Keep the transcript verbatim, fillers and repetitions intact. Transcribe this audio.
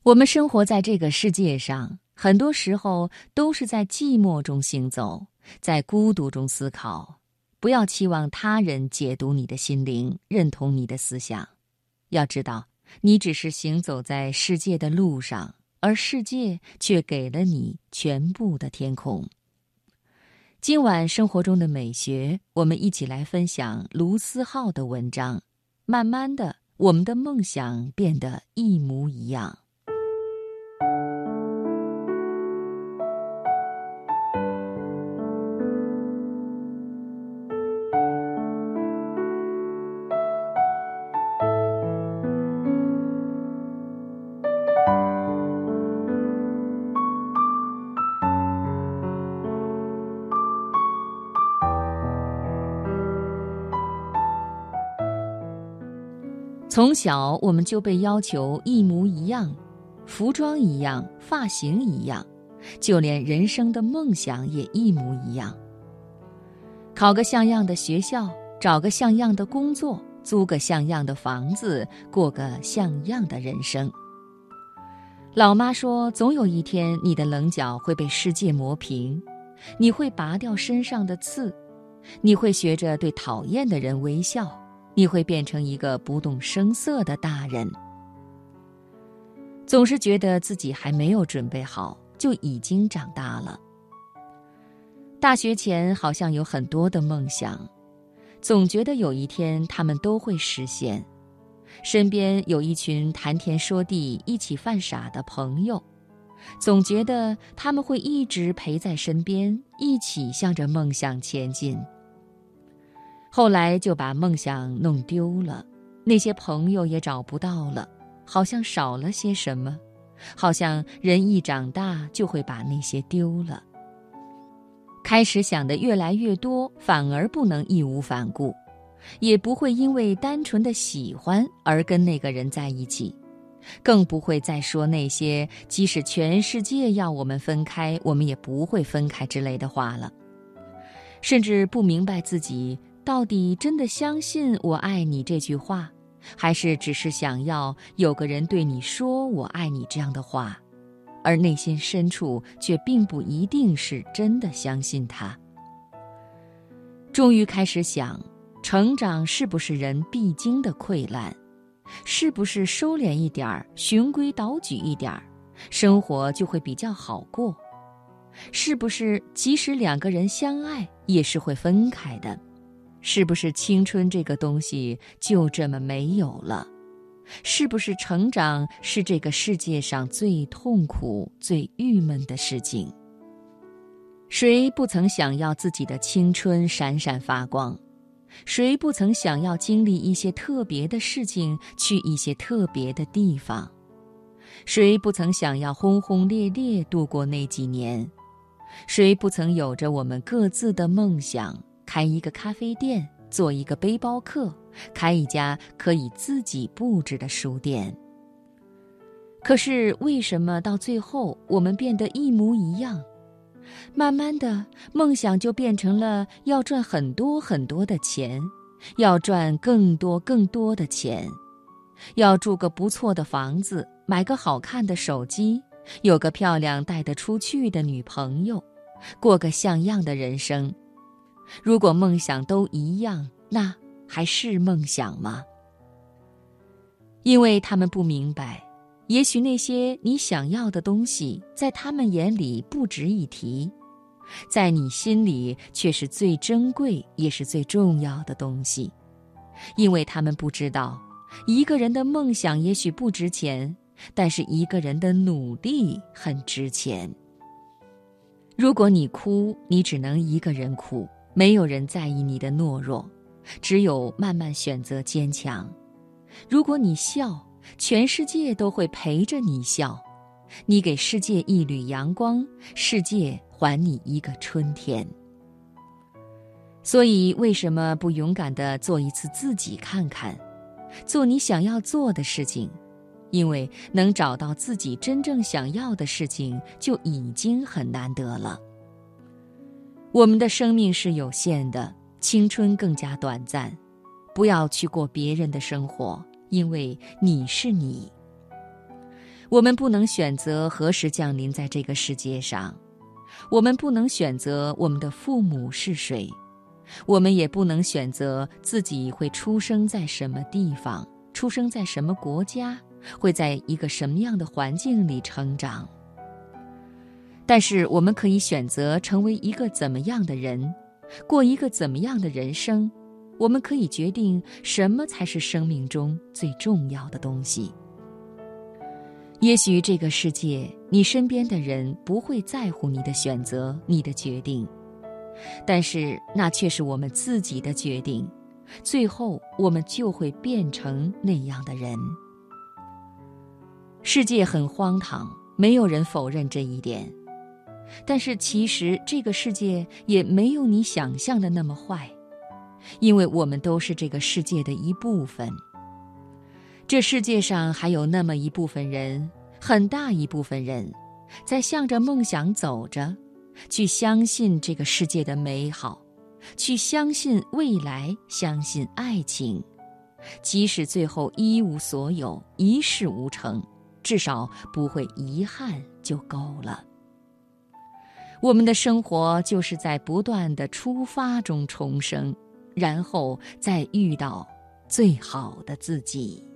我们生活在这个世界上，很多时候都是在寂寞中行走，在孤独中思考。不要期望他人解读你的心灵，认同你的思想。要知道，你只是行走在世界的路上，而世界却给了你全部的天空。今晚生活中的美学，我们一起来分享卢思浩的文章。慢慢的，我们的梦想变得一模一样。从小我们就被要求一模一样，服装一样，发型一样，就连人生的梦想也一模一样。考个像样的学校，找个像样的工作，租个像样的房子，过个像样的人生。老妈说，总有一天你的棱角会被世界磨平，你会拔掉身上的刺，你会学着对讨厌的人微笑，你会变成一个不动声色的大人。总是觉得自己还没有准备好，就已经长大了。大学前好像有很多的梦想，总觉得有一天他们都会实现。身边有一群谈天说地、一起犯傻的朋友，总觉得他们会一直陪在身边，一起向着梦想前进。后来就把梦想弄丢了，那些朋友也找不到了，好像少了些什么，好像人一长大就会把那些丢了。开始想的越来越多，反而不能义无反顾，也不会因为单纯的喜欢而跟那个人在一起，更不会再说那些即使全世界要我们分开，我们也不会分开之类的话了。甚至不明白自己到底真的相信我爱你这句话，还是只是想要有个人对你说我爱你这样的话，而内心深处却并不一定是真的相信他。终于开始想，成长是不是人必经的溃烂？是不是收敛一点，循规蹈矩一点，生活就会比较好过？是不是即使两个人相爱，也是会分开的？是不是青春这个东西就这么没有了？是不是成长是这个世界上最痛苦、最郁闷的事情？谁不曾想要自己的青春闪闪发光？谁不曾想要经历一些特别的事情，去一些特别的地方？谁不曾想要轰轰烈烈度过那几年？谁不曾有着我们各自的梦想，开一个咖啡店，做一个背包客，开一家可以自己布置的书店？可是为什么到最后我们变得一模一样？慢慢的，梦想就变成了要赚很多很多的钱，要赚更多更多的钱，要住个不错的房子，买个好看的手机，有个漂亮带得出去的女朋友，过个像样的人生。如果梦想都一样，那还是梦想吗？因为他们不明白，也许那些你想要的东西，在他们眼里不值一提，在你心里却是最珍贵也是最重要的东西。因为他们不知道，一个人的梦想也许不值钱，但是一个人的努力很值钱。如果你哭，你只能一个人哭，没有人在意你的懦弱，只有慢慢选择坚强。如果你笑，全世界都会陪着你笑。你给世界一缕阳光，世界还你一个春天。所以为什么不勇敢地做一次自己看看，做你想要做的事情？因为能找到自己真正想要的事情，就已经很难得了。我们的生命是有限的，青春更加短暂，不要去过别人的生活，因为你是你。 我们不能选择何时降临在这个世界上，我们不能选择我们的父母是谁，我们也不能选择自己会出生在什么地方，出生在什么国家，会在一个什么样的环境里成长。但是我们可以选择成为一个怎么样的人，过一个怎么样的人生，我们可以决定什么才是生命中最重要的东西。也许这个世界，你身边的人不会在乎你的选择，你的决定，但是那却是我们自己的决定，最后我们就会变成那样的人。世界很荒唐，没有人否认这一点，但是其实这个世界也没有你想象的那么坏，因为我们都是这个世界的一部分。这世界上还有那么一部分人，很大一部分人，在向着梦想走着，去相信这个世界的美好，去相信未来，相信爱情，即使最后一无所有，一事无成，至少不会遗憾就够了。我们的生活就是在不断的出发中重生，然后再遇到最好的自己。